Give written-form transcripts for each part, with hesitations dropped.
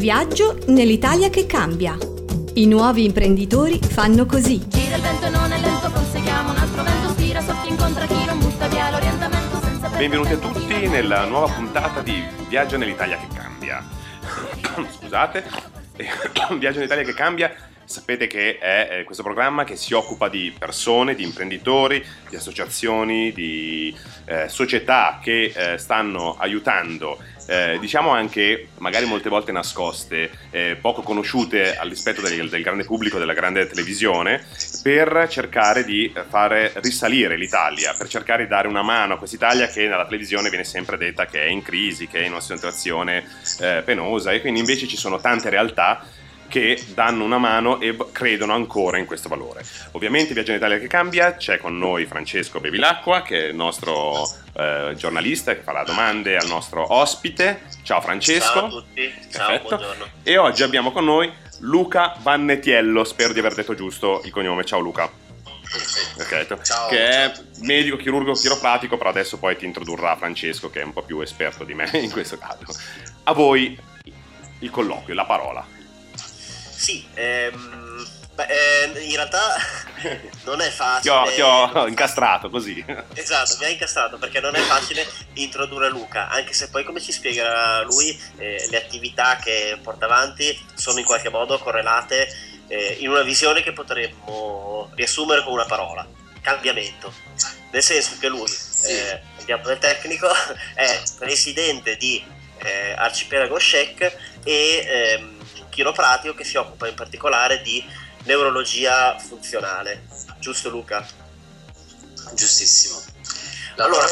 Viaggio nell'Italia che cambia. I nuovi imprenditori fanno così. Gira il vento e non è lento, conseguiamo un altro vento, spira, soffia, incontra chi non butta via l'orientamento senza perder. Benvenuti a tutti nella nuova puntata di Viaggio nell'Italia che cambia. Scusate. Viaggio nell'Italia che cambia. Sapete che è questo programma che si occupa di persone, di imprenditori, di associazioni, di società che stanno aiutando, diciamo anche magari molte volte nascoste, poco conosciute al dispetto del grande pubblico, della grande televisione, per cercare di fare risalire l'Italia, per cercare di dare una mano a quest'Italia che nella televisione viene sempre detta che è in crisi, che è in una situazione penosa, e quindi invece ci sono tante realtà che danno una mano e credono ancora in questo valore. Ovviamente Viaggio in Italia che cambia, c'è con noi Francesco Bevilacqua, che è il nostro giornalista, che farà domande al nostro ospite. Ciao Francesco. Ciao a tutti, ciao, buongiorno. E oggi abbiamo con noi Luca Vannetiello, spero di aver detto giusto il cognome. Ciao Luca. Perfetto. Ciao, che è medico, chirurgo, chiropratico, però adesso poi ti introdurrà Francesco, che è un po' più esperto di me in questo caso. A voi il colloquio, la parola. Sì, in realtà non è facile. Ti ho incastrato così. Esatto, mi ha incastrato perché non è facile introdurre Luca, anche se poi, come ci spiegherà lui, le attività che porta avanti sono in qualche modo correlate in una visione che potremmo riassumere con una parola: cambiamento. Nel senso che lui, andiamo nel tecnico, è presidente di Arcipelago Shek e chiropratico che si occupa in particolare di neurologia funzionale. Giusto Luca? Giustissimo. Allora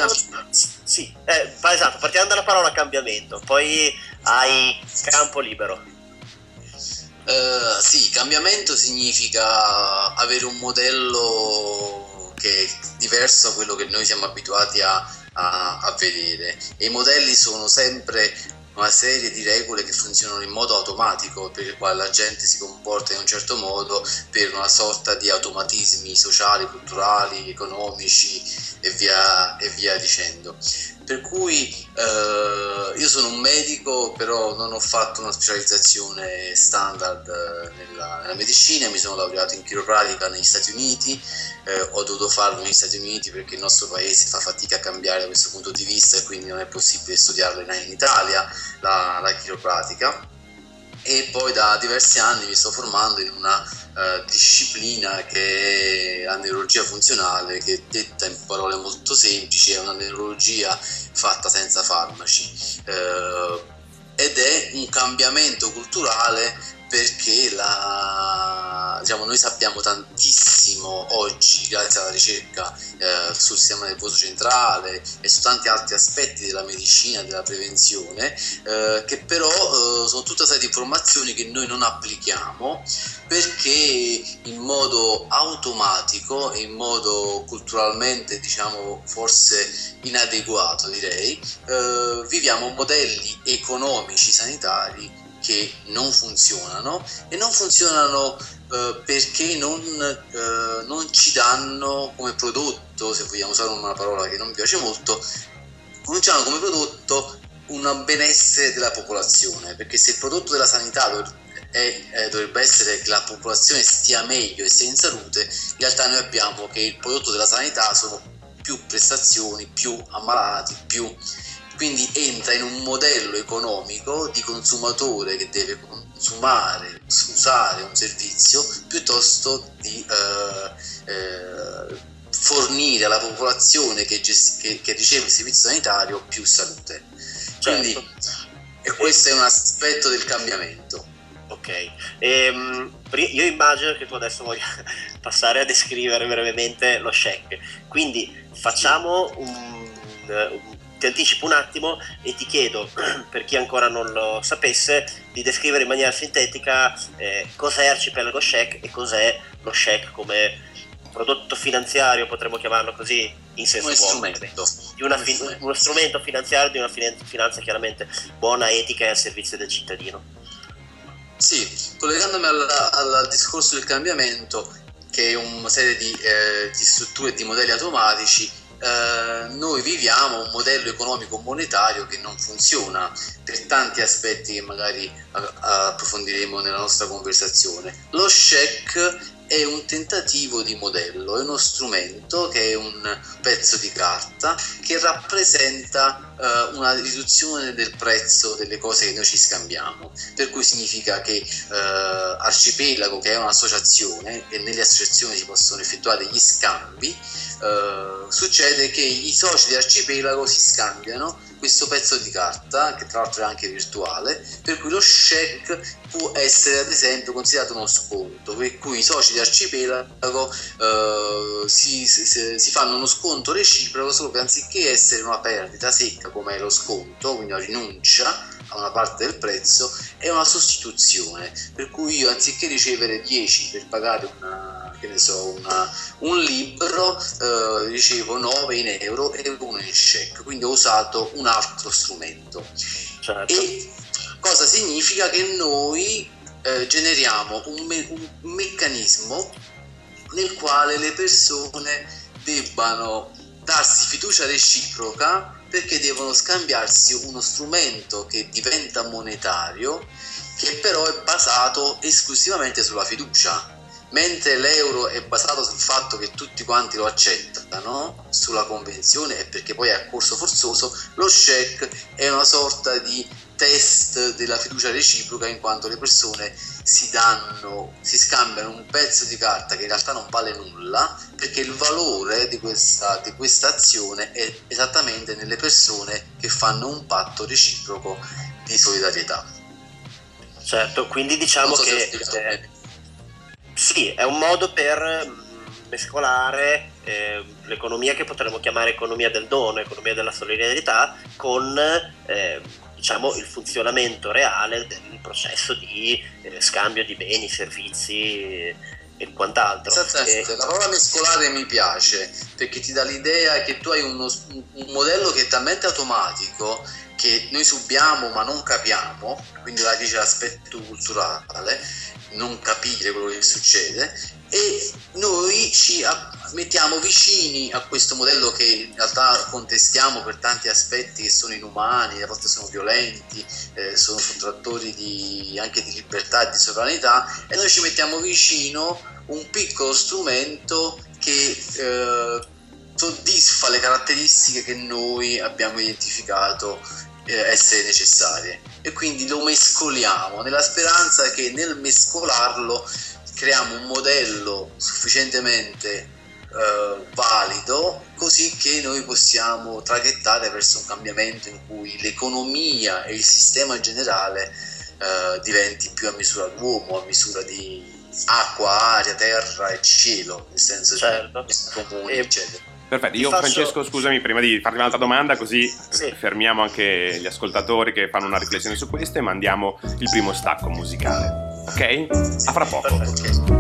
partiamo dalla parola cambiamento, poi hai campo libero. Sì, cambiamento significa avere un modello che è diverso da quello che noi siamo abituati a vedere, e i modelli sono sempre una serie di regole che funzionano in modo automatico, per il quale la gente si comporta in un certo modo per una sorta di automatismi sociali, culturali, economici e via dicendo. Per cui io sono un medico, però non ho fatto una specializzazione standard nella medicina. Mi sono laureato in chiropratica negli Stati Uniti, ho dovuto farlo negli Stati Uniti perché il nostro paese fa fatica a cambiare da questo punto di vista e quindi non è possibile studiarla in Italia, la chiropratica. E poi da diversi anni mi sto formando in una disciplina che è la neurologia funzionale, che detta in parole molto semplici è una neurologia fatta senza farmaci, ed è un cambiamento culturale perché noi sappiamo tantissimo oggi, grazie alla ricerca sul sistema nervoso centrale e su tanti altri aspetti della medicina, della prevenzione, che però sono tutta una serie di informazioni che noi non applichiamo perché in modo automatico e in modo culturalmente, forse inadeguato, direi, viviamo modelli economici sanitari che non funzionano, e non funzionano perché non ci danno come prodotto, se vogliamo usare una parola che non mi piace molto, non ci danno come prodotto un benessere della popolazione, perché se il prodotto della sanità dovrebbe essere che la popolazione stia meglio e sia in salute, in realtà noi abbiamo che il prodotto della sanità sono più prestazioni, più ammalati, quindi entra in un modello economico di consumatore che deve usare un servizio piuttosto di fornire alla popolazione che riceve il servizio sanitario più salute. Quindi questo è un aspetto del cambiamento. Ok, io immagino che tu adesso voglia passare a descrivere brevemente lo Shek, quindi facciamo ti anticipo un attimo e ti chiedo, per chi ancora non lo sapesse, di descrivere in maniera sintetica cos'è Arcipelago Shek e cos'è lo Shek come prodotto finanziario, potremmo chiamarlo così, in senso buono, uno strumento finanziario di una finanza chiaramente buona, etica e al servizio del cittadino. Sì, collegandomi al discorso del cambiamento, che è una serie di strutture e di modelli automatici, noi viviamo un modello economico monetario che non funziona per tanti aspetti che magari approfondiremo nella nostra conversazione. Lo SHEC è un tentativo di modello, è uno strumento che è un pezzo di carta che rappresenta una riduzione del prezzo delle cose che noi ci scambiamo, per cui significa che Arcipelago, che è un'associazione e nelle associazioni si possono effettuare degli scambi, succede che i soci di Arcipelago si scambiano questo pezzo di carta, che tra l'altro è anche virtuale, per cui lo SHEC può essere ad esempio considerato uno sconto, per cui i soci di Arcipelago si fanno uno sconto reciproco, solo che anziché essere una perdita secca come è lo sconto, quindi una rinuncia a una parte del prezzo, è una sostituzione, per cui io anziché ricevere 10 per pagare un libro, ricevo 9 in euro e 1 in SHEC, quindi ho usato un altro strumento. Certo. E cosa significa? Che noi generiamo un meccanismo nel quale le persone debbano darsi fiducia reciproca, perché devono scambiarsi uno strumento che diventa monetario, che però è basato esclusivamente sulla fiducia. Mentre l'euro è basato sul fatto che tutti quanti lo accettano, sulla convenzione, e perché poi è a corso forzoso, lo SHEC è una sorta di test della fiducia reciproca, in quanto le persone si scambiano un pezzo di carta che in realtà non vale nulla, perché il valore di questa azione è esattamente nelle persone che fanno un patto reciproco di solidarietà. Certo, quindi diciamo che sì, è un modo per mescolare l'economia che potremmo chiamare economia del dono, economia della solidarietà, con diciamo il funzionamento reale del processo di scambio di beni, servizi e quant'altro. Esattamente, la parola mescolare mi piace, perché ti dà l'idea che tu hai un modello che è talmente automatico che noi subiamo ma non capiamo, quindi là dice l'aspetto culturale, non capire quello che succede, e noi ci mettiamo vicini a questo modello che in realtà contestiamo per tanti aspetti che sono inumani, a volte sono violenti, sono sottrattori anche di libertà e di sovranità, e noi ci mettiamo vicino un piccolo strumento che soddisfa le caratteristiche che noi abbiamo identificato essere necessarie, e quindi lo mescoliamo nella speranza che nel mescolarlo creiamo un modello sufficientemente valido, così che noi possiamo traghettare verso un cambiamento in cui l'economia e il sistema generale diventi più a misura d'uomo, a misura di acqua, aria, terra e cielo, nel senso certo. di comuni, eccetera. Perfetto, io Francesco, scusami, prima di farti un'altra domanda, così fermiamo anche gli ascoltatori che fanno una riflessione su questo, e mandiamo il primo stacco musicale, ok? A fra poco. Perfetto.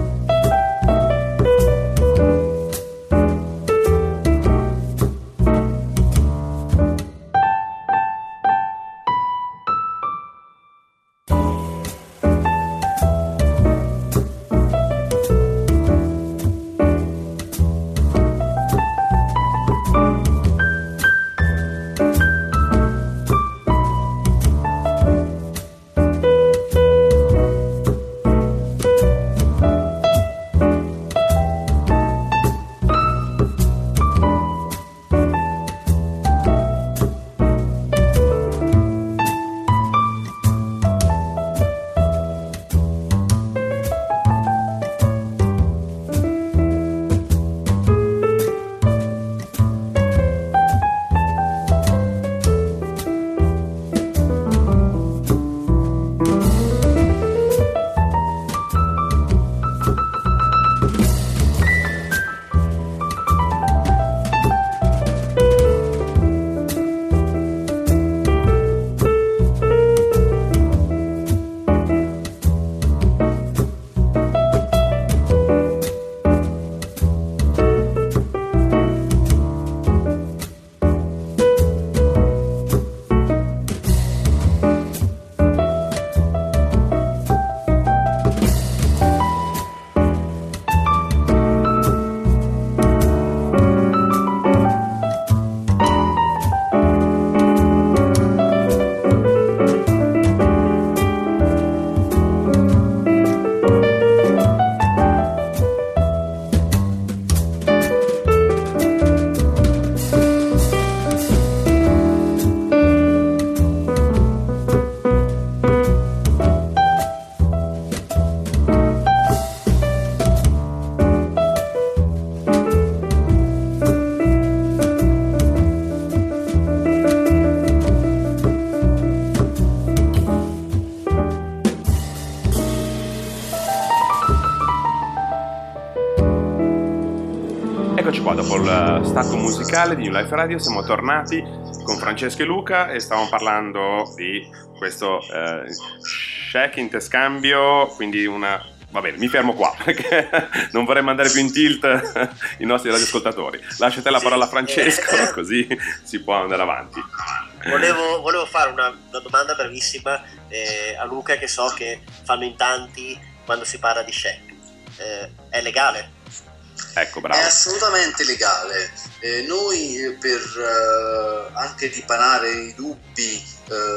Eccoci qua, dopo il stacco musicale di New Life Radio siamo tornati con Francesco e Luca e stavamo parlando di questo check interscambio, quindi una... Va bene, mi fermo qua perché non vorrei mandare più in tilt i nostri radioascoltatori. Lascio te la parola a Francesco, così si può andare avanti. Volevo fare una domanda brevissima a Luca, che so che fanno in tanti quando si parla di check. È legale? Ecco, bravo. È assolutamente legale. Noi per anche dipanare i dubbi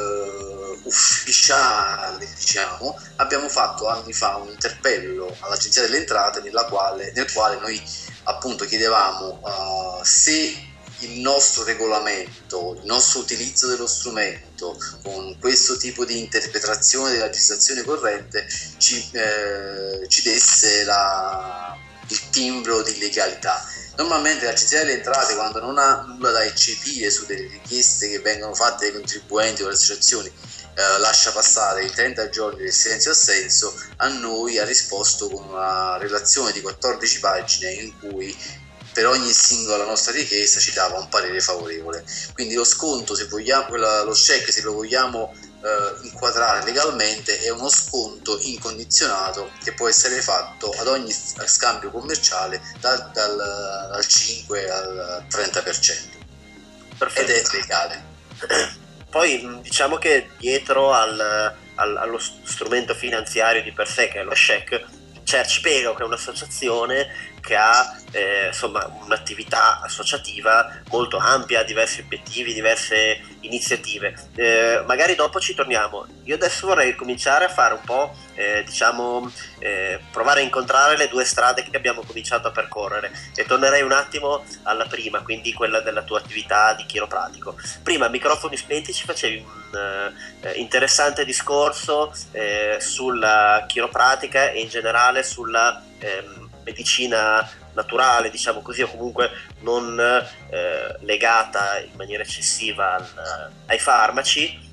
ufficiali, diciamo, abbiamo fatto anni fa un interpello all'Agenzia delle Entrate nel quale noi appunto chiedevamo se il nostro regolamento, il nostro utilizzo dello strumento con questo tipo di interpretazione della legislazione corrente ci desse il timbro di legalità. Normalmente l'Agenzia delle Entrate, quando non ha nulla da eccepire su delle richieste che vengono fatte dai contribuenti o dalle associazioni, lascia passare i 30 giorni del silenzio assenso. A noi ha risposto con una relazione di 14 pagine in cui per ogni singola nostra richiesta ci dava un parere favorevole. Quindi lo sconto, se vogliamo, lo check, se lo vogliamo inquadrare legalmente, è uno sconto incondizionato che può essere fatto ad ogni scambio commerciale dal 5 al 30%. Perfetto. Ed è legale. Poi diciamo che dietro allo strumento finanziario di per sé, che è lo check, c'è Arcipelago, che è un'associazione che ha insomma un'attività associativa molto ampia, diversi obiettivi, diverse iniziative. Magari dopo ci torniamo. Io adesso vorrei cominciare a fare un po' provare a incontrare le due strade che abbiamo cominciato a percorrere, e tornerei un attimo alla prima, quindi quella della tua attività di chiropratico. Prima, a microfoni spenti, ci facevi un interessante discorso sulla chiropratica e in generale sulla medicina naturale, diciamo così, o comunque non legata in maniera eccessiva ai farmaci,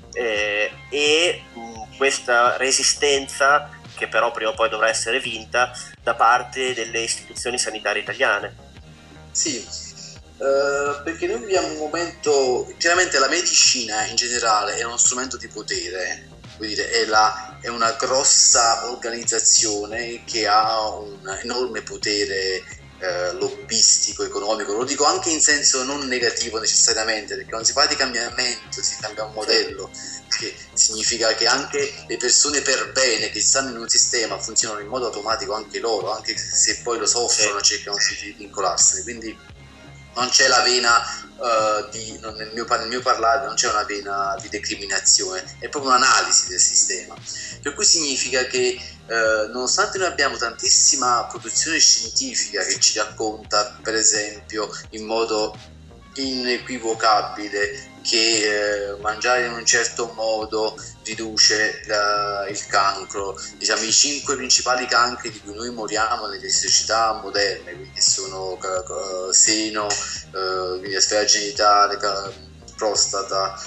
e questa resistenza che però prima o poi dovrà essere vinta da parte delle istituzioni sanitarie italiane. Sì, perché noi viviamo un momento, chiaramente la medicina in generale è uno strumento di potere, vuol dire è una grossa organizzazione che ha un enorme potere lobbistico, economico. Lo dico anche in senso non negativo necessariamente, perché quando si parla di cambiamento, si cambia un modello, che significa che anche le persone per bene che stanno in un sistema funzionano in modo automatico anche loro, anche se poi lo soffrono, cercano di vincolarsene. Quindi non c'è la vena nel mio parlare non c'è una vena di decriminazione, è proprio un'analisi del sistema, per cui significa che nonostante noi abbiamo tantissima produzione scientifica che ci racconta, per esempio, in modo inequivocabile che mangiare in un certo modo riduce il cancro, diciamo i 5 principali cancri di cui noi moriamo nelle società moderne, quindi sono seno, quindi la sfera genitale, prostata,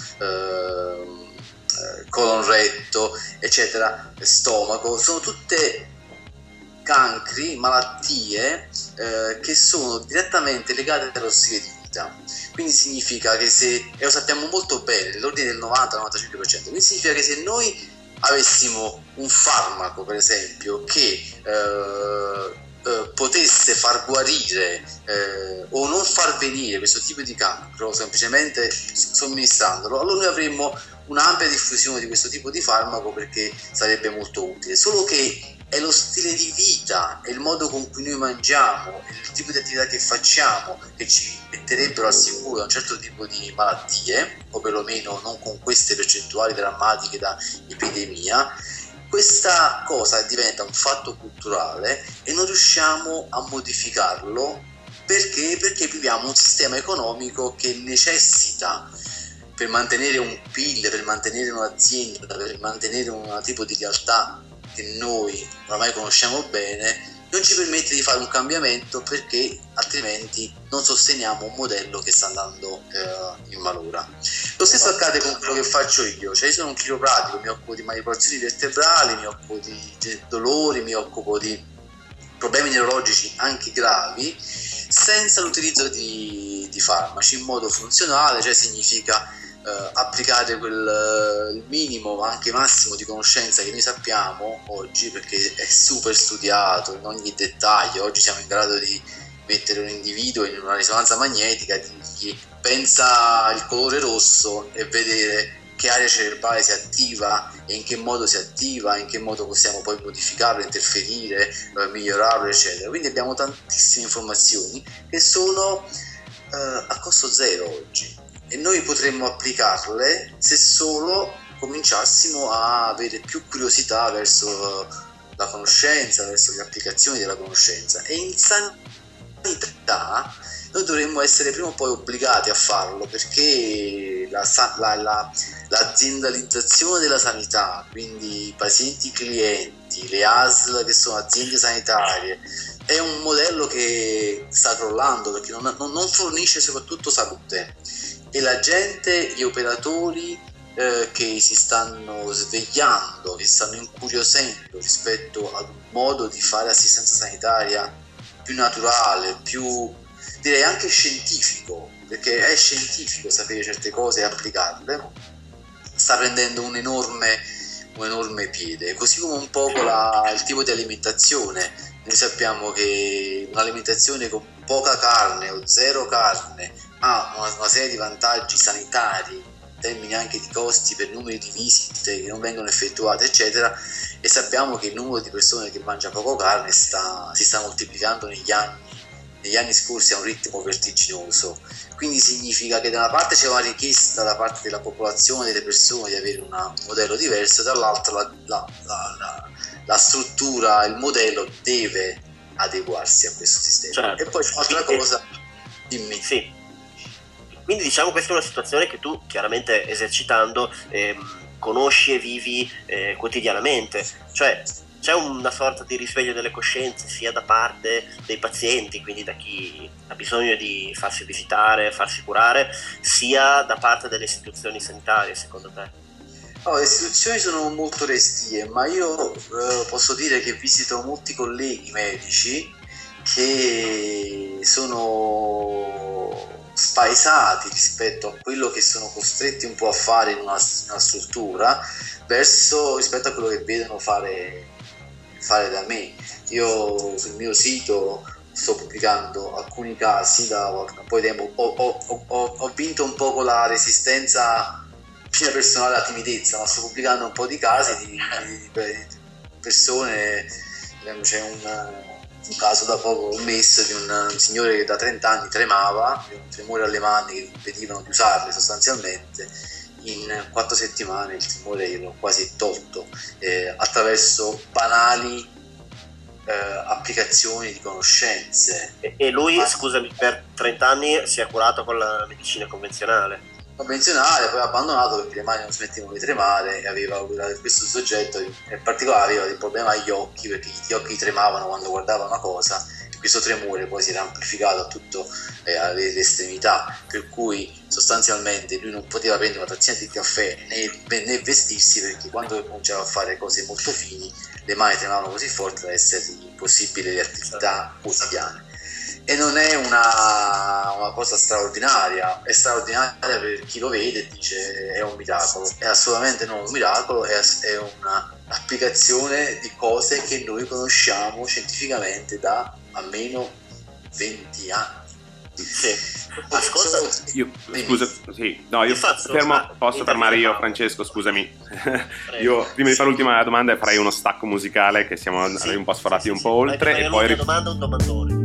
colon retto, eccetera, stomaco, sono tutte cancri, malattie che sono direttamente legate allo stile di vita. Quindi significa che e lo sappiamo molto bene, nell'ordine del 90-95%, quindi significa che se noi avessimo un farmaco, per esempio, che potesse far guarire o non far venire questo tipo di cancro semplicemente somministrandolo, allora noi avremmo un'ampia diffusione di questo tipo di farmaco, perché sarebbe molto utile. Solo che è lo stile di vita, è il modo con cui noi mangiamo, è il tipo di attività che facciamo che ci metterebbero al sicuro da un certo tipo di malattie, o perlomeno non con queste percentuali drammatiche da epidemia. Questa cosa diventa un fatto culturale e non riusciamo a modificarlo perché viviamo un sistema economico che necessita, per mantenere un PIL, per mantenere un'azienda, per mantenere un tipo di realtà che noi ormai conosciamo bene, non ci permette di fare un cambiamento, perché altrimenti non sosteniamo un modello che sta andando in malora. Lo stesso accade con quello che faccio io, cioè io sono un chiropratico, mi occupo di manipolazioni vertebrali, mi occupo di dolori, mi occupo di problemi neurologici anche gravi, senza l'utilizzo di farmaci, in modo funzionale, cioè significa applicare il minimo ma anche massimo di conoscenza che noi sappiamo oggi, perché è super studiato in ogni dettaglio. Oggi siamo in grado di mettere un individuo in una risonanza magnetica, di pensa il colore rosso e vedere che area cerebrale si attiva e in che modo si attiva, in che modo possiamo poi modificarlo, interferire, migliorarlo, eccetera. Quindi abbiamo tantissime informazioni che sono a costo zero oggi, e noi potremmo applicarle se solo cominciassimo a avere più curiosità verso la conoscenza, verso le applicazioni della conoscenza. E in sanità noi dovremmo essere prima o poi obbligati a farlo, perché l'aziendalizzazione della sanità, quindi i pazienti clienti, le ASL che sono aziende sanitarie, è un modello che sta crollando, perché non fornisce soprattutto salute, e la gente, gli operatori che si stanno svegliando, che si stanno incuriosendo rispetto ad un modo di fare assistenza sanitaria più naturale, più, direi anche scientifico, perché è scientifico sapere certe cose e applicarle, sta prendendo un enorme piede. Così come un po' il tipo di alimentazione. Noi sappiamo che un'alimentazione con poca carne o zero carne ha una serie di vantaggi sanitari, in termini anche di costi per numeri di visite che non vengono effettuate, eccetera, e sappiamo che il numero di persone che mangia poco carne si sta moltiplicando negli anni scorsi a un ritmo vertiginoso. Quindi significa che da una parte c'è una richiesta da parte della popolazione, delle persone, di avere un modello diverso, e dall'altra la struttura, il modello deve adeguarsi a questo sistema. Certo. E poi un'altra cosa, dimmi. Sì. Quindi diciamo questa è una situazione che tu chiaramente esercitando conosci e vivi quotidianamente, cioè c'è una sorta di risveglio delle coscienze sia da parte dei pazienti, quindi da chi ha bisogno di farsi visitare, farsi curare, sia da parte delle istituzioni sanitarie, secondo te? Le istituzioni sono molto restie, ma io posso dire che visito molti colleghi medici che sono spaesati rispetto a quello che sono costretti un po' a fare in una struttura rispetto a quello che vedono fare da me. Io sul mio sito sto pubblicando alcuni casi da un po' di tempo, ho vinto un po' con la resistenza mia personale alla timidezza, ma sto pubblicando un po' di casi di persone. C'è un caso da poco messo di un signore che da 30 anni tremava, un tremore alle mani che gli impedivano di usarle sostanzialmente. In 4 settimane il tumore l'ho quasi tolto attraverso banali applicazioni di conoscenze. E lui, scusami, per 30 anni si è curato con la medicina convenzionale, poi ha abbandonato perché le mani non smettevano di tremare, e aveva questo soggetto in particolare aveva del problema agli occhi, perché gli occhi tremavano quando guardava una cosa, e questo tremore poi si era amplificato a tutto alle estremità, per cui sostanzialmente lui non poteva prendere una tazzina di caffè né vestirsi, perché quando cominciava a fare cose molto fini le mani tremavano così forte da essere impossibili le attività quotidiane. E non è una cosa straordinaria, è straordinaria per chi lo vede e dice è un miracolo. È assolutamente non un miracolo, è un'applicazione di cose che noi conosciamo scientificamente da almeno 20 anni. Sì. Ascolta, posso fermare io, Francesco, scusami. Io prima di fare l'ultima domanda farei uno stacco musicale, che siamo andati un po' sforati un po' oltre, e poi domanda un domandone.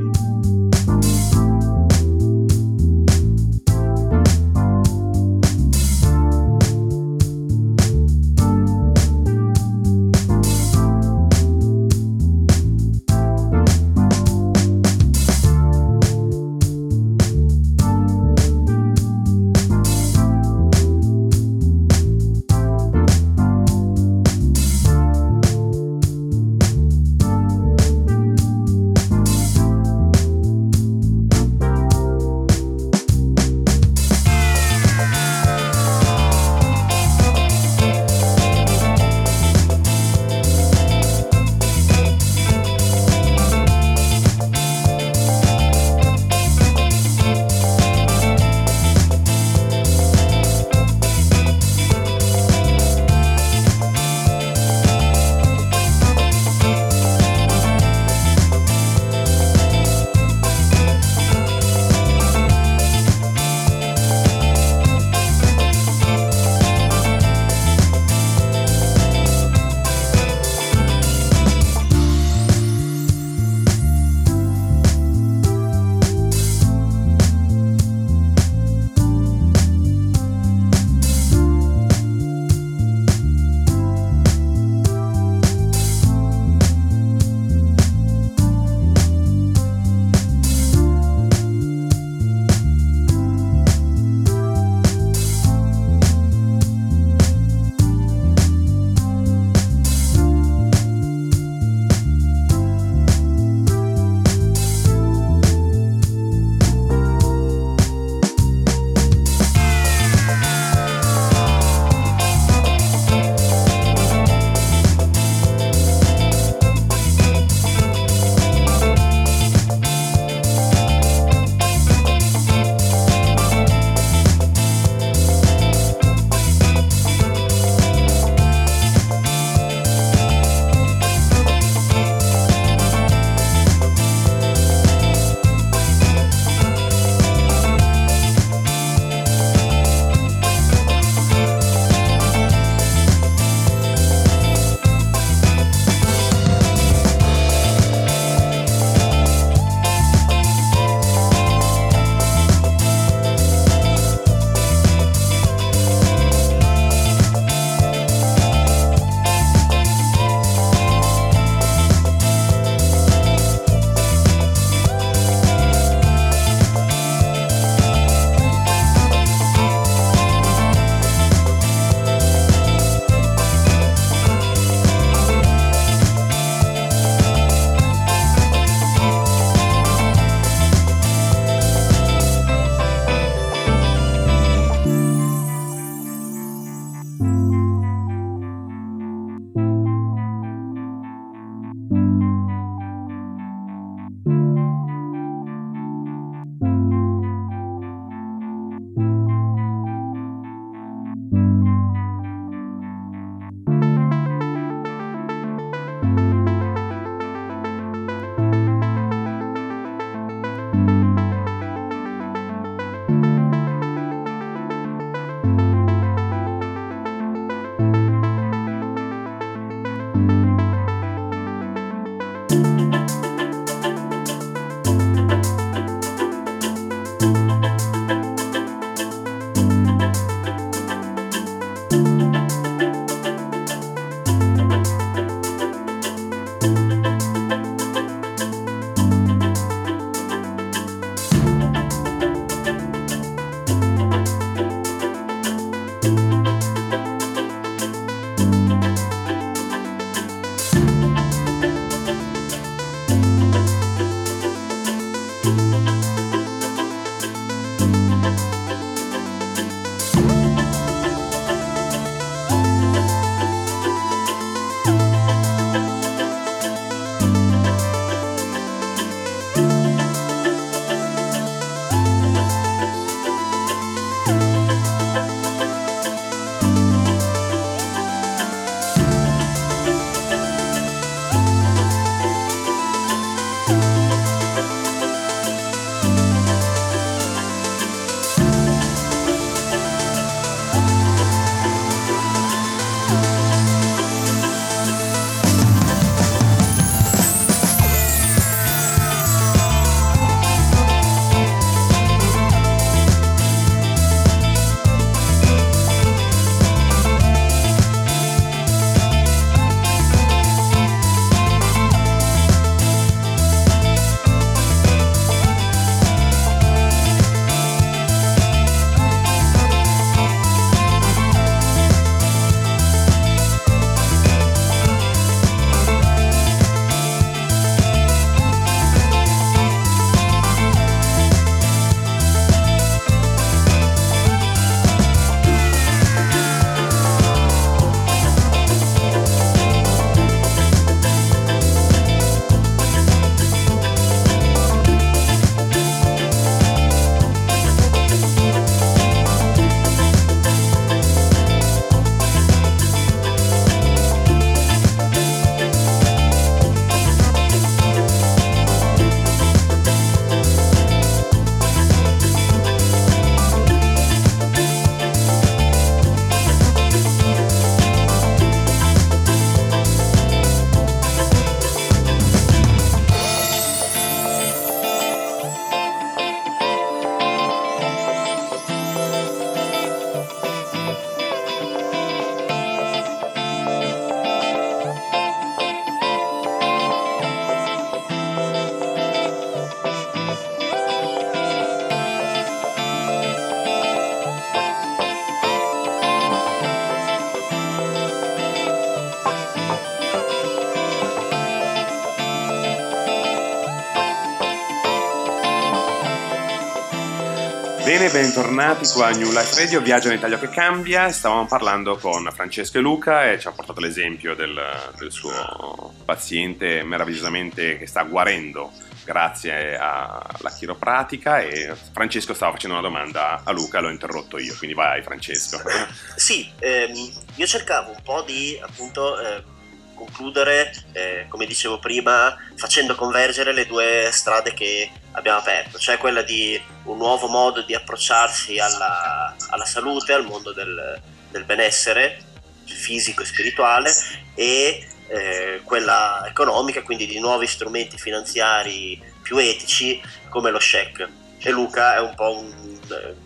Bene, bentornati qua a New Life Radio, Viaggio nell'Italia che cambia. Stavamo parlando con Francesco e Luca e ci ha portato l'esempio del suo paziente meravigliosamente che sta guarendo grazie alla chiropratica, e Francesco stava facendo una domanda a Luca, l'ho interrotto io, quindi vai Francesco. Sì, io cercavo un po' di appunto concludere, come dicevo prima, facendo convergere le due strade che abbiamo aperto, cioè quella di un nuovo modo di approcciarsi alla salute, al mondo del benessere fisico e spirituale, e quella economica, quindi di nuovi strumenti finanziari più etici come lo SHEC. E Luca è un po' un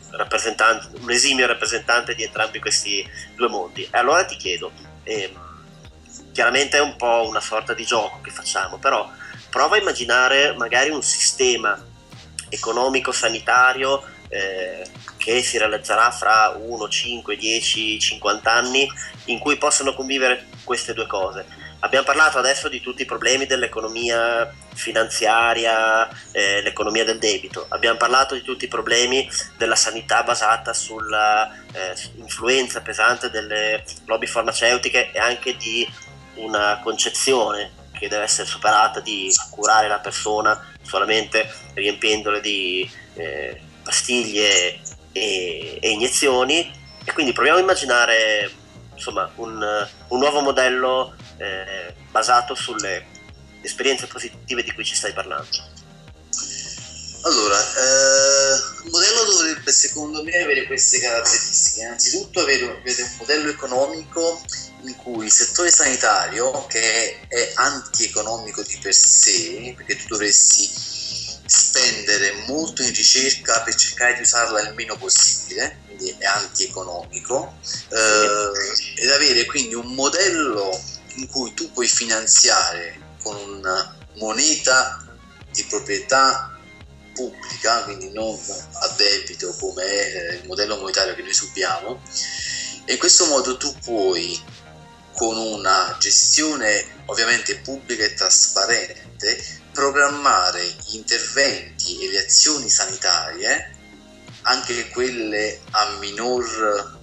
esimio rappresentante di entrambi questi due mondi. E allora ti chiedo, chiaramente è un po' una sorta di gioco che facciamo, però prova a immaginare magari un sistema economico sanitario che si realizzerà fra 1, 5, 10, 50 anni, in cui possono convivere queste due cose. Abbiamo parlato adesso di tutti i problemi dell'economia finanziaria, l'economia del debito. Abbiamo parlato di tutti i problemi della sanità basata sulla influenza pesante delle lobby farmaceutiche, e anche di una concezione che deve essere superata di curare la persona solamente riempiendole di pastiglie e iniezioni. E quindi proviamo a immaginare, insomma, un nuovo modello basato sulle esperienze positive di cui ci stai parlando. Allora, il modello dovrebbe secondo me avere queste caratteristiche. Innanzitutto avere un modello economico in cui il settore sanitario, che è antieconomico di per sé, perché tu dovresti spendere molto in ricerca per cercare di usarla il meno possibile, quindi è antieconomico, ed avere quindi un modello in cui tu puoi finanziare con una moneta di proprietà pubblica, quindi non a debito come è il modello monetario che noi subiamo, e in questo modo tu puoi, con una gestione ovviamente pubblica e trasparente, programmare gli interventi e le azioni sanitarie, anche quelle a minor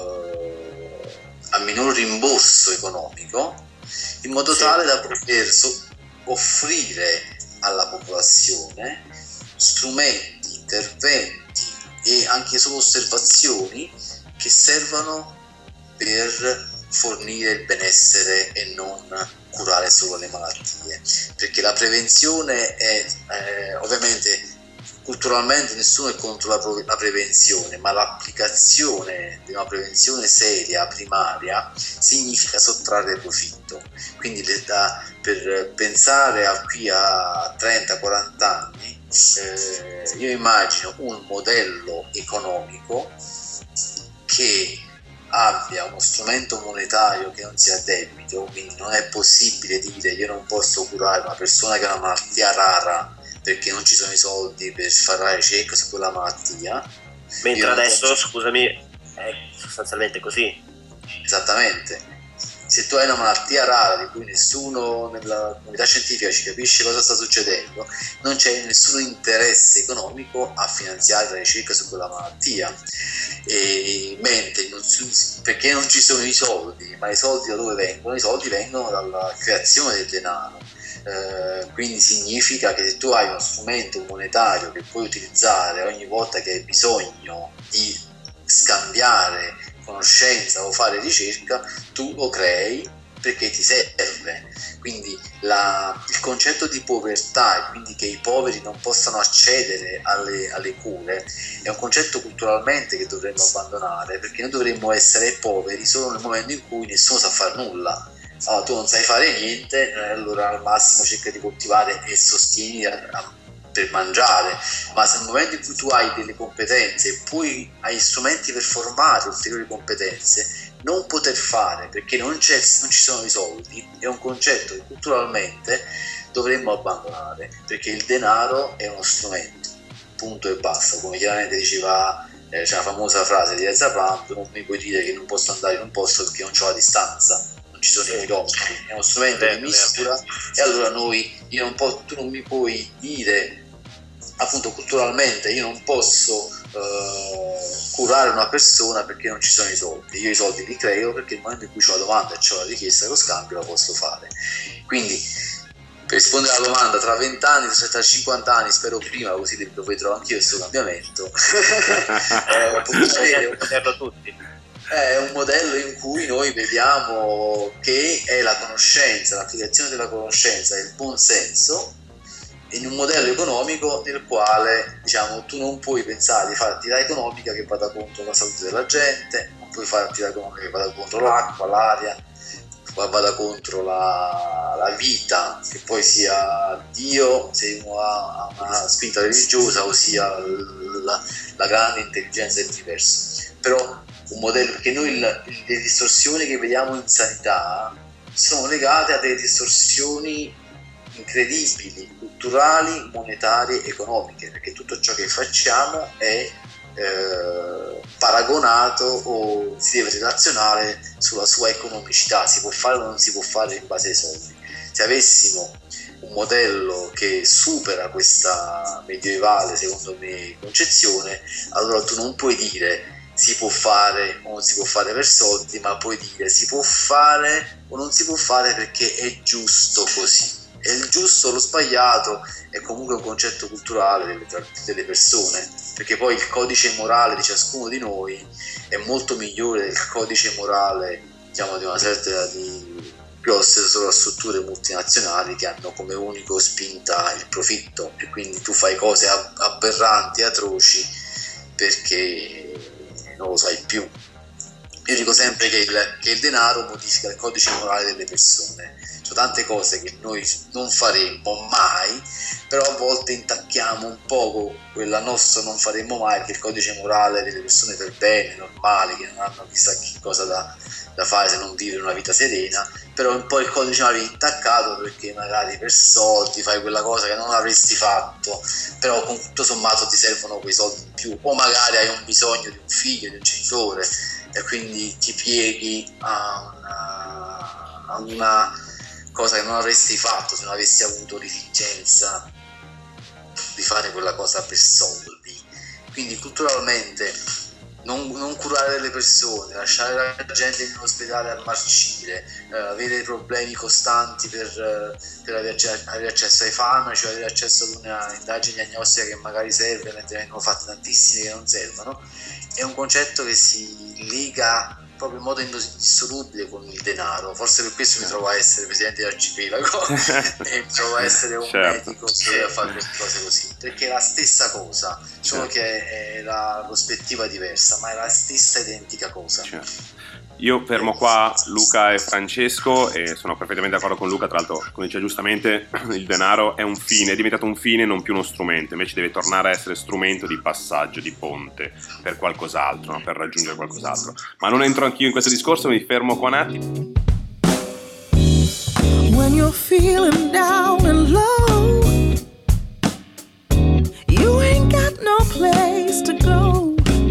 rimborso economico, in modo tale da poter offrire alla popolazione strumenti, interventi e anche solo osservazioni che servano per fornire il benessere e non curare solo le malattie, perché la prevenzione è ovviamente culturalmente nessuno è contro la prevenzione, ma l'applicazione di una prevenzione seria, primaria, significa sottrarre profitto. Quindi per pensare a qui a 30-40 anni, io immagino un modello economico che abbia uno strumento monetario che non sia debito, quindi non è possibile dire io non posso curare una persona che ha una malattia rara perché non ci sono i soldi per fare la ricerca su quella malattia. Mentre adesso, scusami, è sostanzialmente così. Esattamente. Se tu hai una malattia rara di cui nessuno nella comunità scientifica ci capisce cosa sta succedendo, non c'è nessun interesse economico a finanziare la ricerca su quella malattia. Perché non ci sono i soldi, ma i soldi da dove vengono? I soldi vengono dalla creazione del denaro. Quindi significa che se tu hai uno strumento monetario che puoi utilizzare ogni volta che hai bisogno di scambiare conoscenza o fare ricerca, tu lo crei perché ti serve. Quindi il concetto di povertà, e quindi che i poveri non possano accedere alle cure, è un concetto culturalmente che dovremmo abbandonare, perché noi dovremmo essere poveri solo nel momento in cui nessuno sa fare nulla. Allora, tu non sai fare niente, allora al massimo cerca di coltivare e sostieni per mangiare, ma se nel momento in cui tu hai delle competenze e poi hai strumenti per formare ulteriori competenze, non poter fare perché non ci sono i soldi è un concetto che culturalmente dovremmo abbandonare, perché il denaro è uno strumento, punto e basta. Come chiaramente diceva, c'è una famosa frase di Ezra Pound: non mi puoi dire che non posso andare in un posto perché non c'ho la distanza, non ci sono i chilometri, è uno strumento di misura. E allora tu non mi puoi dire appunto culturalmente io non posso curare una persona perché non ci sono i soldi. Io i soldi li creo perché nel momento in cui ho la domanda e ho la richiesta dello scambio la posso fare. Quindi per rispondere alla domanda, tra 20 anni, tra 50 anni, spero prima, così lo vedrò anch'io questo cambiamento. Poterlo tutti. È un modello in cui noi vediamo che è la conoscenza, l'applicazione della conoscenza e il buon senso in un modello economico nel quale, diciamo, tu non puoi pensare di fare attività economica che vada contro la salute della gente, non puoi fare attività economica che vada contro l'acqua, l'aria, vada contro la vita, che poi sia Dio, se uno ha una spinta religiosa, o sia la grande intelligenza del diverso. Però un modello, perché noi le distorsioni che vediamo in sanità sono legate a delle distorsioni incredibili, culturali, monetarie, economiche, perché tutto ciò che facciamo è paragonato o si deve relazionare sulla sua economicità, si può fare o non si può fare in base ai soldi. Se avessimo un modello che supera questa medievale, secondo me, concezione, allora tu non puoi dire si può fare o non si può fare per soldi, ma puoi dire si può fare o non si può fare perché è giusto così. E il giusto o lo sbagliato è comunque un concetto culturale delle persone, perché poi il codice morale di ciascuno di noi è molto migliore del codice morale, diciamo, di una certa di grosse sovrastrutture multinazionali che hanno come unico spinta il profitto, e quindi tu fai cose aberranti, atroci, perché non lo sai più. Io dico sempre che il denaro modifica il codice morale delle persone. Ci sono tante cose che noi non faremmo mai, però a volte intacchiamo un poco quella nostra non faremmo mai, perché il codice morale delle persone per bene, normali, che non hanno chissà che cosa da fare se non vivere una vita serena, però un po' il codice morale è intaccato perché magari per soldi fai quella cosa che non avresti fatto, però con tutto sommato ti servono quei soldi in più, o magari hai un bisogno di un figlio, di un genitore, e quindi ti pieghi a una cosa che non avresti fatto se non avessi avuto l'esigenza di fare quella cosa per soldi. Quindi culturalmente non curare delle persone, lasciare la gente in ospedale a marcire, avere problemi costanti per avere accesso ai farmaci, avere accesso ad una indagine diagnostica che magari serve, mentre ne hanno fatte tantissime che non servono, è un concetto che si lega proprio in modo indissolubile con il denaro. Forse per questo mi trovo a essere presidente dell'arcipelago e mi trovo a essere un medico che a fare queste cose così, perché è la stessa cosa, solo che è la prospettiva diversa, ma è la stessa identica cosa. Io fermo qua Luca e Francesco, e sono perfettamente d'accordo con Luca. Tra l'altro, come dice giustamente, il denaro è un fine, è diventato un fine, non più uno strumento, invece deve tornare a essere strumento di passaggio, di ponte per qualcos'altro, no? Per raggiungere qualcos'altro. Ma non entro anch'io in questo discorso, mi fermo qua un attimo. When you're feeling down and low, you ain't got no place to go.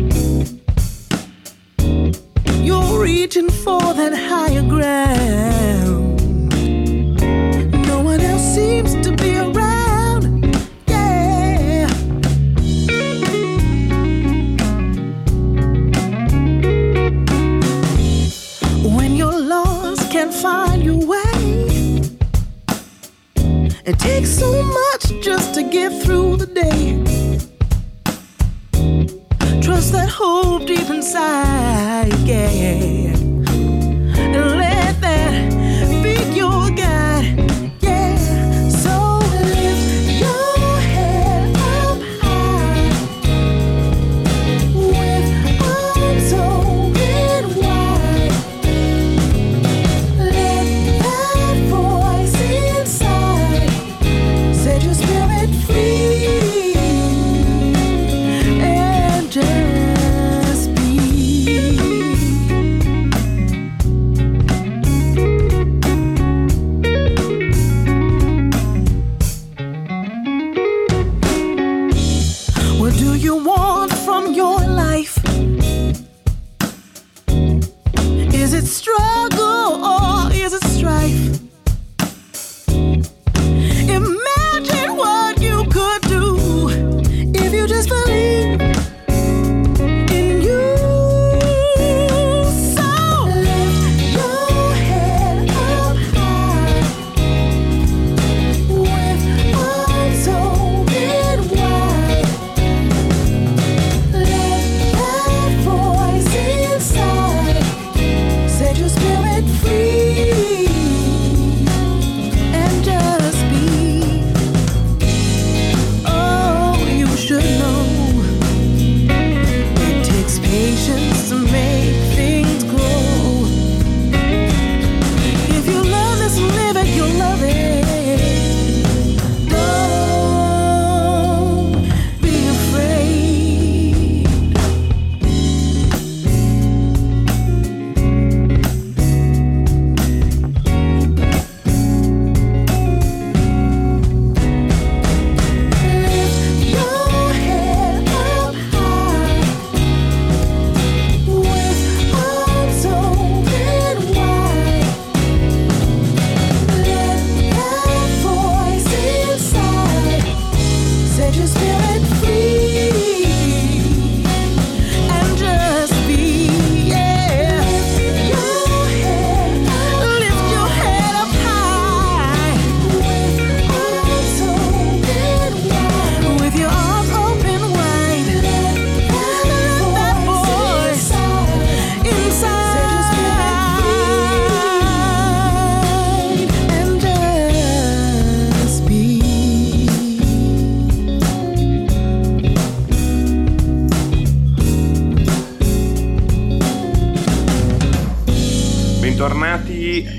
You're reaching for that higher ground. No one else seems to be around. Yeah. When you're lost, can't find your way. It takes so much just to get through the day. Trust that hope deep inside, yeah. And let that be your guide, yeah. So lift your head up high, with arms open wide. Let that voice inside set your spirit free, and just be.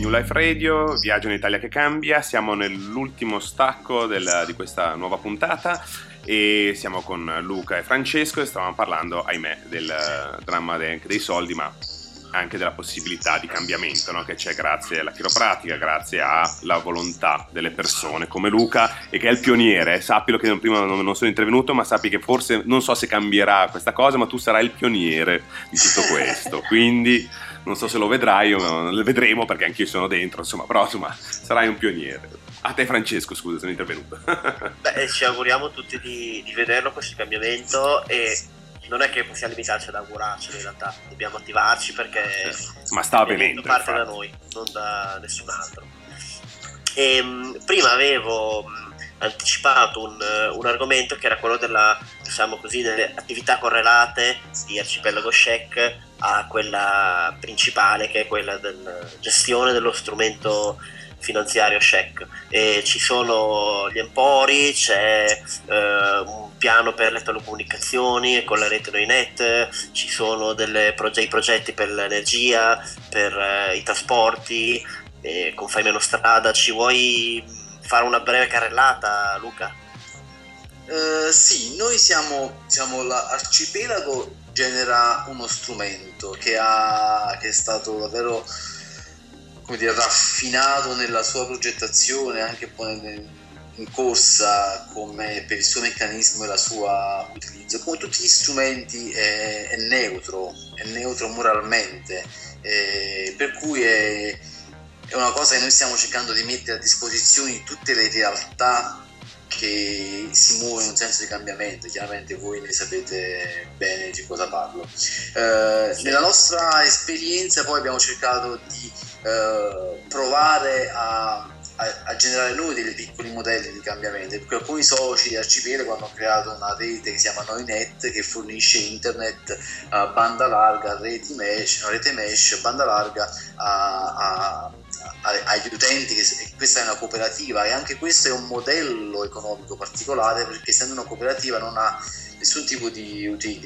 New Life Radio, Viaggio in Italia che cambia, siamo nell'ultimo stacco di questa nuova puntata e siamo con Luca e Francesco e stavamo parlando, ahimè, del dramma anche dei soldi, ma anche della possibilità di cambiamento, no? Che c'è grazie alla chiropratica, grazie alla volontà delle persone come Luca, e che è il pioniere. Sappilo che prima non sono intervenuto, ma sappi che forse, non so se cambierà questa cosa, ma tu sarai il pioniere di tutto questo, quindi non so se lo vedrai o lo vedremo, perché anch'io sono dentro, insomma, però insomma sarai un pioniere. A te Francesco, scusa, sono intervenuto. Beh, ci auguriamo tutti di vederlo questo cambiamento, e non è che possiamo limitarci ad augurarcelo, in realtà dobbiamo attivarci, perché ma sta avvenendo, parte da noi, non da nessun altro. E prima avevo anticipato un argomento che era quello della, diciamo così, delle attività correlate di Arcipelago Shek a quella principale, che è quella della gestione dello strumento finanziario Shek. E ci sono gli empori, c'è un piano per le telecomunicazioni con la rete Noinet, ci sono i progetti per l'energia, per i trasporti, con Fai Meno Strada. Ci vuoi fare una breve carrellata, Luca? Sì, noi siamo, diciamo, l'arcipelago genera uno strumento che è stato davvero, come dire, raffinato nella sua progettazione, anche poi in corsa, come per il suo meccanismo e la sua utilizzo. Come tutti gli strumenti è neutro moralmente, per cui è una cosa che noi stiamo cercando di mettere a disposizione di tutte le realtà che si muovono in un senso di cambiamento. Chiaramente voi ne sapete bene di cosa parlo. Nella nostra esperienza poi abbiamo cercato di provare a generare noi dei piccoli modelli di cambiamento, perché alcuni soci di Arcipelago hanno creato una rete che si chiama Noinet, che fornisce internet a banda larga, rete mesh, banda larga agli utenti. Questa è una cooperativa, e anche questo è un modello economico particolare, perché essendo una cooperativa non ha nessun tipo di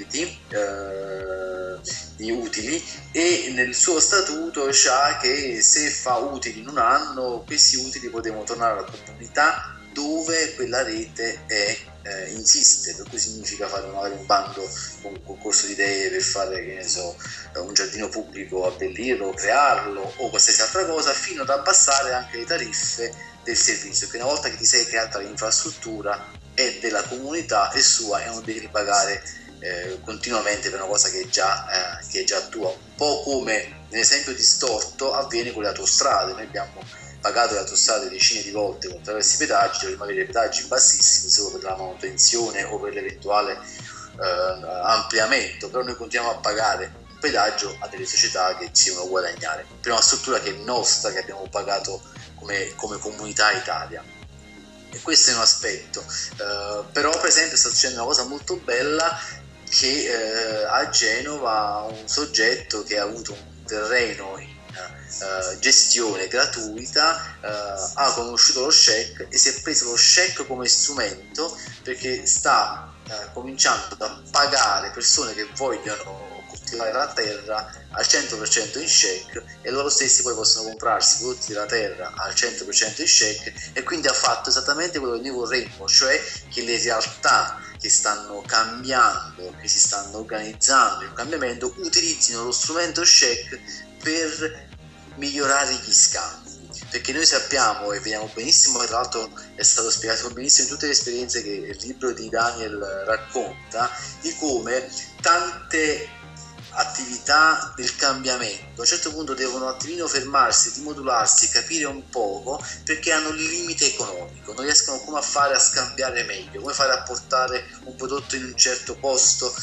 utili, e nel suo statuto c'ha che se fa utili in un anno, questi utili potevano tornare alla comunità dove quella rete insiste, per cui significa fare magari un bando, un concorso di idee per fare, che ne so, un giardino pubblico, abbellirlo, crearlo o qualsiasi altra cosa, fino ad abbassare anche le tariffe del servizio, che una volta che ti sei creata l'infrastruttura è della comunità, è sua, e non devi ripagare continuamente per una cosa che è già tua. Un po' come nell'esempio distorto avviene con le autostrade. Noi abbiamo pagato le autostrade decine di volte con attraverso i pedaggi, dovremmo avere pedaggi bassissimi solo per la manutenzione o per l'eventuale ampliamento, però noi continuiamo a pagare un pedaggio a delle società che ci devono guadagnare per una struttura che è nostra, che abbiamo pagato come comunità Italia. E questo è un aspetto. Però per esempio sta succedendo una cosa molto bella, che a Genova un soggetto che ha avuto un terreno in gestione gratuita ha conosciuto lo Shek e si è preso lo Shek come strumento, perché sta cominciando a pagare persone che vogliono coltivare la terra al 100% in Shek, e loro stessi poi possono comprarsi i prodotti della terra al 100% in Shek, e quindi ha fatto esattamente quello che noi vorremmo, cioè che le realtà che stanno cambiando, che si stanno organizzando in cambiamento, utilizzino lo strumento Shek per migliorare gli scambi. Perché noi sappiamo e vediamo benissimo, tra l'altro è stato spiegato benissimo in tutte le esperienze che il libro di Daniel racconta, di come tante attività del cambiamento a un certo punto devono un attimino fermarsi, rimodularsi, capire un poco, perché hanno il limite economico, non riescono come a fare a scambiare meglio, come fare a portare un prodotto in un certo posto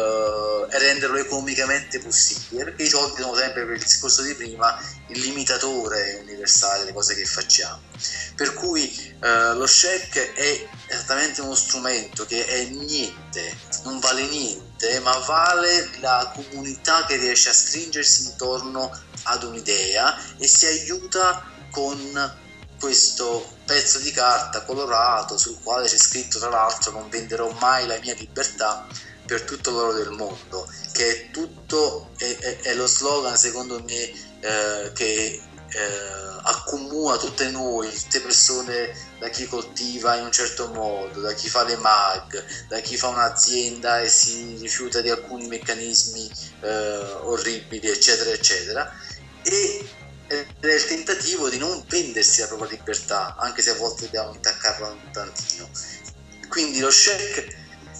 e renderlo economicamente possibile, perché i soldi sono sempre, per il discorso di prima, il limitatore universale delle cose che facciamo. Per cui lo Shek è esattamente uno strumento che è niente, non vale niente, ma vale la comunità che riesce a stringersi intorno ad un'idea e si aiuta con questo pezzo di carta colorato sul quale c'è scritto, tra l'altro, non venderò mai la mia libertà per tutto l'oro del mondo, che è tutto, è lo slogan secondo me che accomuna tutte noi, tutte persone, da chi coltiva in un certo modo, da chi fa le mag, da chi fa un'azienda e si rifiuta di alcuni meccanismi orribili, eccetera eccetera, e è il tentativo di non vendersi la propria libertà, anche se a volte dobbiamo intaccarla un tantino. Quindi lo check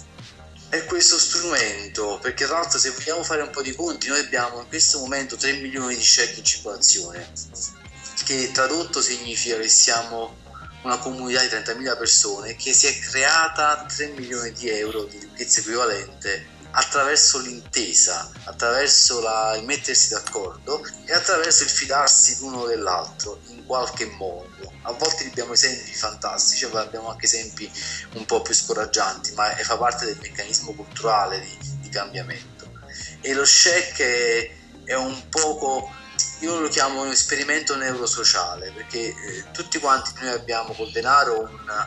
è questo strumento, perché tra l'altro, se vogliamo fare un po' di conti, noi abbiamo in questo momento 3 milioni di check in circolazione, che tradotto significa che siamo una comunità di 30.000 persone che si è creata 3 milioni di euro di ricchezza equivalente attraverso l'intesa, attraverso il mettersi d'accordo e attraverso il fidarsi l'uno dell'altro in qualche modo. A volte abbiamo esempi fantastici, ma abbiamo anche esempi un po' più scoraggianti, ma fa parte del meccanismo culturale di cambiamento. E lo check è un poco, io lo chiamo un esperimento neurosociale, perché tutti quanti noi abbiamo col denaro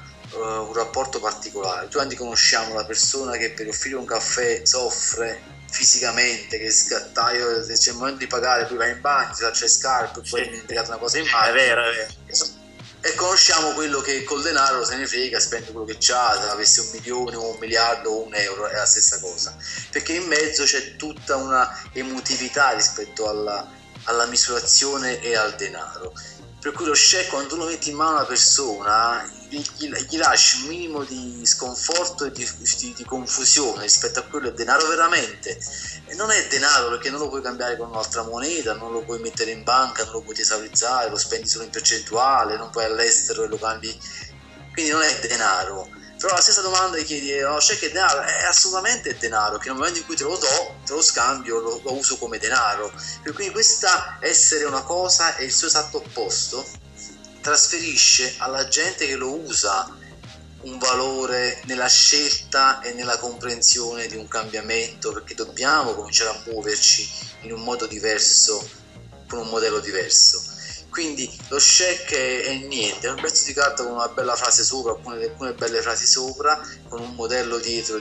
un rapporto particolare. Tutti quanti conosciamo la persona che per offrire un caffè soffre fisicamente, che scatta, se c'è il momento di pagare poi vai in bagno, si lascia le scarpe, poi mi è integrata una cosa in mano. È vero. E conosciamo quello che col denaro se ne frega, spende quello che c'ha, se avesse 1 milione o 1 miliardo o 1 euro è la stessa cosa, perché in mezzo c'è tutta una emotività rispetto alla misurazione e al denaro. Per cui lo check, quando tu lo metti in mano a una persona, gli lasci un minimo di sconforto e di confusione rispetto a quello. È denaro veramente, e non è denaro perché non lo puoi cambiare con un'altra moneta, non lo puoi mettere in banca, non lo puoi tesaurizzare, lo spendi solo in percentuale, non puoi all'estero e lo cambi, quindi non è denaro. Però la stessa domanda gli chiedi, check è denaro? Assolutamente è denaro, che nel momento in cui te lo do, te lo scambio, lo uso come denaro. E quindi questa essere una cosa è il suo esatto opposto, trasferisce alla gente che lo usa un valore nella scelta e nella comprensione di un cambiamento, perché dobbiamo cominciare a muoverci in un modo diverso, con un modello diverso. Quindi lo check è niente, è un pezzo di carta con una bella frase sopra, alcune belle frasi sopra, con un modello dietro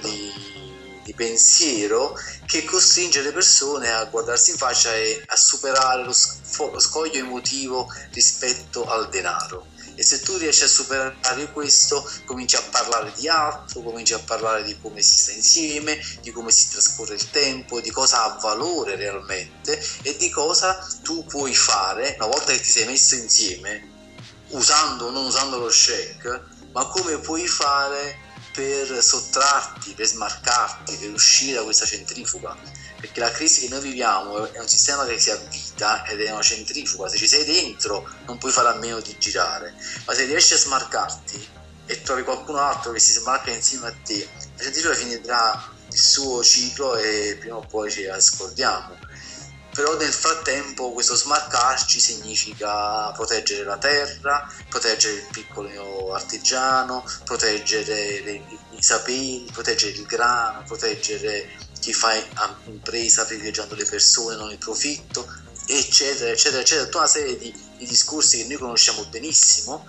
di pensiero che costringe le persone a guardarsi in faccia e a superare lo scoglio emotivo rispetto al denaro. E se tu riesci a superare questo, cominci a parlare di altro, cominci a parlare di come si sta insieme, di come si trascorre il tempo, di cosa ha valore realmente e di cosa tu puoi fare una volta che ti sei messo insieme, usando o non usando lo check, ma come puoi fare per sottrarti, per smarcarti, per uscire da questa centrifuga. Perché la crisi che noi viviamo è un sistema che si avvita ed è una centrifuga. Se ci sei dentro non puoi fare a meno di girare, ma se riesci a smarcarti e trovi qualcun altro che si smarca insieme a te, la centrifuga finirà il suo ciclo e prima o poi ci scordiamo. Però nel frattempo questo smarcarci significa proteggere la terra, proteggere il piccolo artigiano, proteggere i saperi, proteggere il grano, proteggere chi fa impresa privilegiando le persone, non il profitto, eccetera eccetera eccetera. Tutta una serie di discorsi che noi conosciamo benissimo,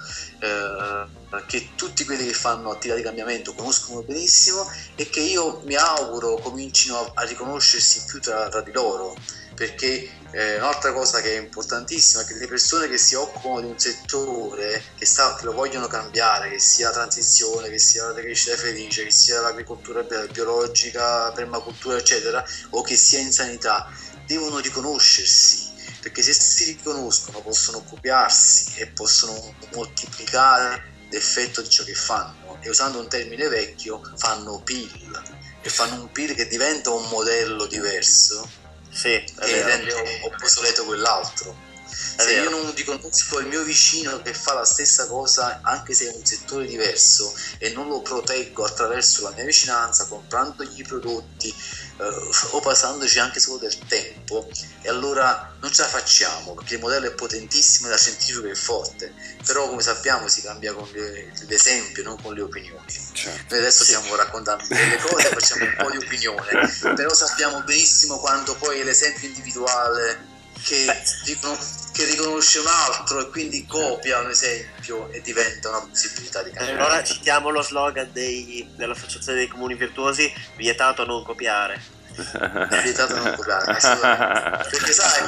che tutti quelli che fanno attività di cambiamento conoscono benissimo e che io mi auguro comincino a riconoscersi più tra di loro, perché un'altra cosa che è importantissima è che le persone che si occupano di un settore che lo vogliono cambiare, che sia la transizione, che sia la crescita felice, che sia l'agricoltura biologica, permacultura eccetera, o che sia in sanità, devono riconoscersi, perché se si riconoscono possono copiarsi e possono moltiplicare l'effetto di ciò che fanno, e usando un termine vecchio fanno PIL, e fanno un PIL che diventa un modello diverso, che rende obsoleto quell'altro. Se io non riconosco il mio vicino che fa la stessa cosa anche se è un settore diverso e non lo proteggo attraverso la mia vicinanza, comprandogli i prodotti o passandoci anche solo del tempo, e allora non ce la facciamo, perché il modello è potentissimo e la centrifuga è forte, però come sappiamo si cambia con l'esempio, non con le opinioni. Certo. Noi adesso stiamo raccontando delle cose, facciamo un po' di opinione, però sappiamo benissimo quando poi è l'esempio individuale che riconosce un altro e quindi copia un esempio e diventa una possibilità di cambiare. Allora citiamo lo slogan dell'Associazione dei Comuni Virtuosi: vietato non copiare. Vietato non copiare, perché sai,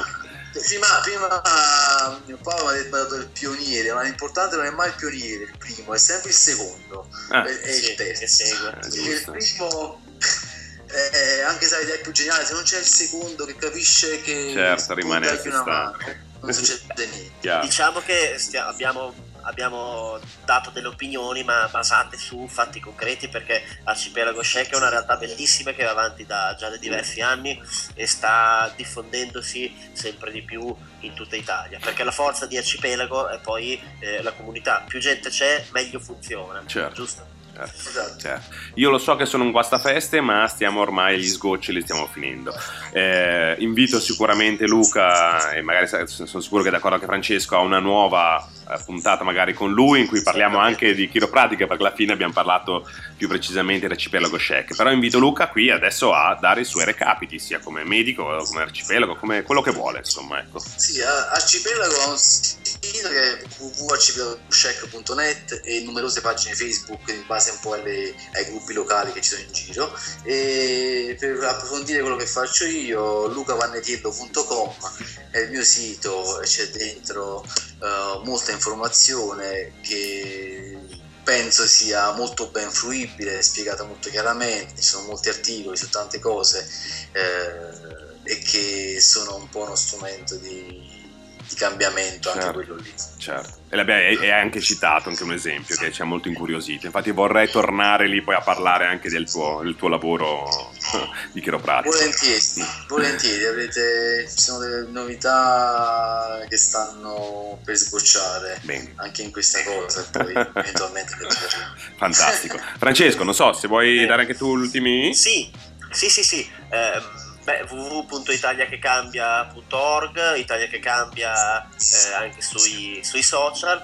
Prima Paolo mi ha dato il pioniere, ma l'importante non è mai il pioniere, il primo, è sempre il secondo, è il terzo. Il primo, anche se l'idea è più geniale, se non c'è il secondo che capisce che certo, rimane a una mano, non succede niente. Diciamo che abbiamo dato delle opinioni ma basate su fatti concreti, perché Arcipelago Shake è una realtà bellissima che va avanti già da diversi anni e sta diffondendosi sempre di più in tutta Italia, perché la forza di Arcipelago è poi la comunità, più gente c'è meglio funziona, certo. Giusto? Certo. Io lo so che sono un guastafeste, ma stiamo ormai, gli sgocci li stiamo finendo. Invito sicuramente Luca, e magari sono sicuro che è d'accordo anche Francesco, a una nuova puntata magari con lui in cui parliamo anche di chiropratica, perché alla fine abbiamo parlato più precisamente di Arcipelago Shake. Però invito Luca qui adesso a dare i suoi recapiti, sia come medico, come arcipelago, come quello che vuole, insomma, ecco. Sì, Arcipelago ha un sito che è www.arcipelagoshake.net e numerose pagine Facebook in base un po' ai gruppi locali che ci sono in giro, e per approfondire quello che faccio io, lucavannetiello.com è il mio sito, c'è dentro molta informazione che penso sia molto ben fruibile, spiegata molto chiaramente, ci sono molti articoli su tante cose e che sono un po' uno strumento di cambiamento, certo, anche quello lì. Certo. E è anche citato, anche un esempio che ci ha molto incuriosito. Infatti vorrei tornare lì poi a parlare anche del tuo lavoro di chiropratica. Volentieri, ci sono delle novità che stanno per sbocciare. Bene. Anche in questa cosa, poi eventualmente fantastico. Francesco, non so se vuoi dare anche tu gli ultimi. Sì. www.italiachecambia.org, Italia che cambia anche sui social,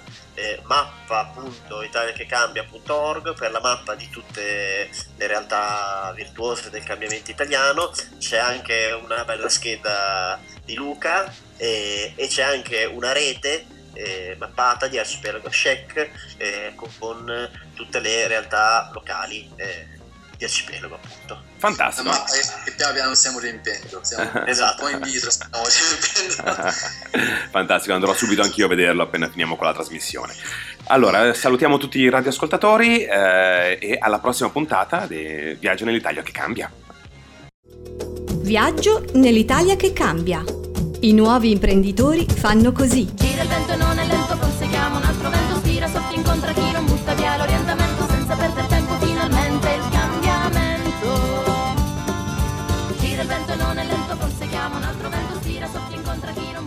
mappa.italiachecambia.org per la mappa di tutte le realtà virtuose del cambiamento italiano. C'è anche una bella scheda di Luca e c'è anche una rete mappata di Arcipelago Shake con tutte le realtà locali di Arcipelago, appunto. Fantastico. Ma piano piano stiamo riempiendo, esatto, un po' indietro stiamo riempiendo. Fantastico, andrò subito anch'io a vederlo appena finiamo con la trasmissione. Allora, salutiamo tutti i radioascoltatori e alla prossima puntata di Viaggio nell'Italia che cambia. Viaggio nell'Italia che cambia. I nuovi imprenditori fanno così. Gira il vento e non è lento, conseguiamo un altro vento, spira, soffia, incontra chi non butta via l'orientamento senza perdere tempo, finalmente il cambiamento. Gira il vento e non è lento, conseguiamo un altro vento, spira, soffia, incontra chi non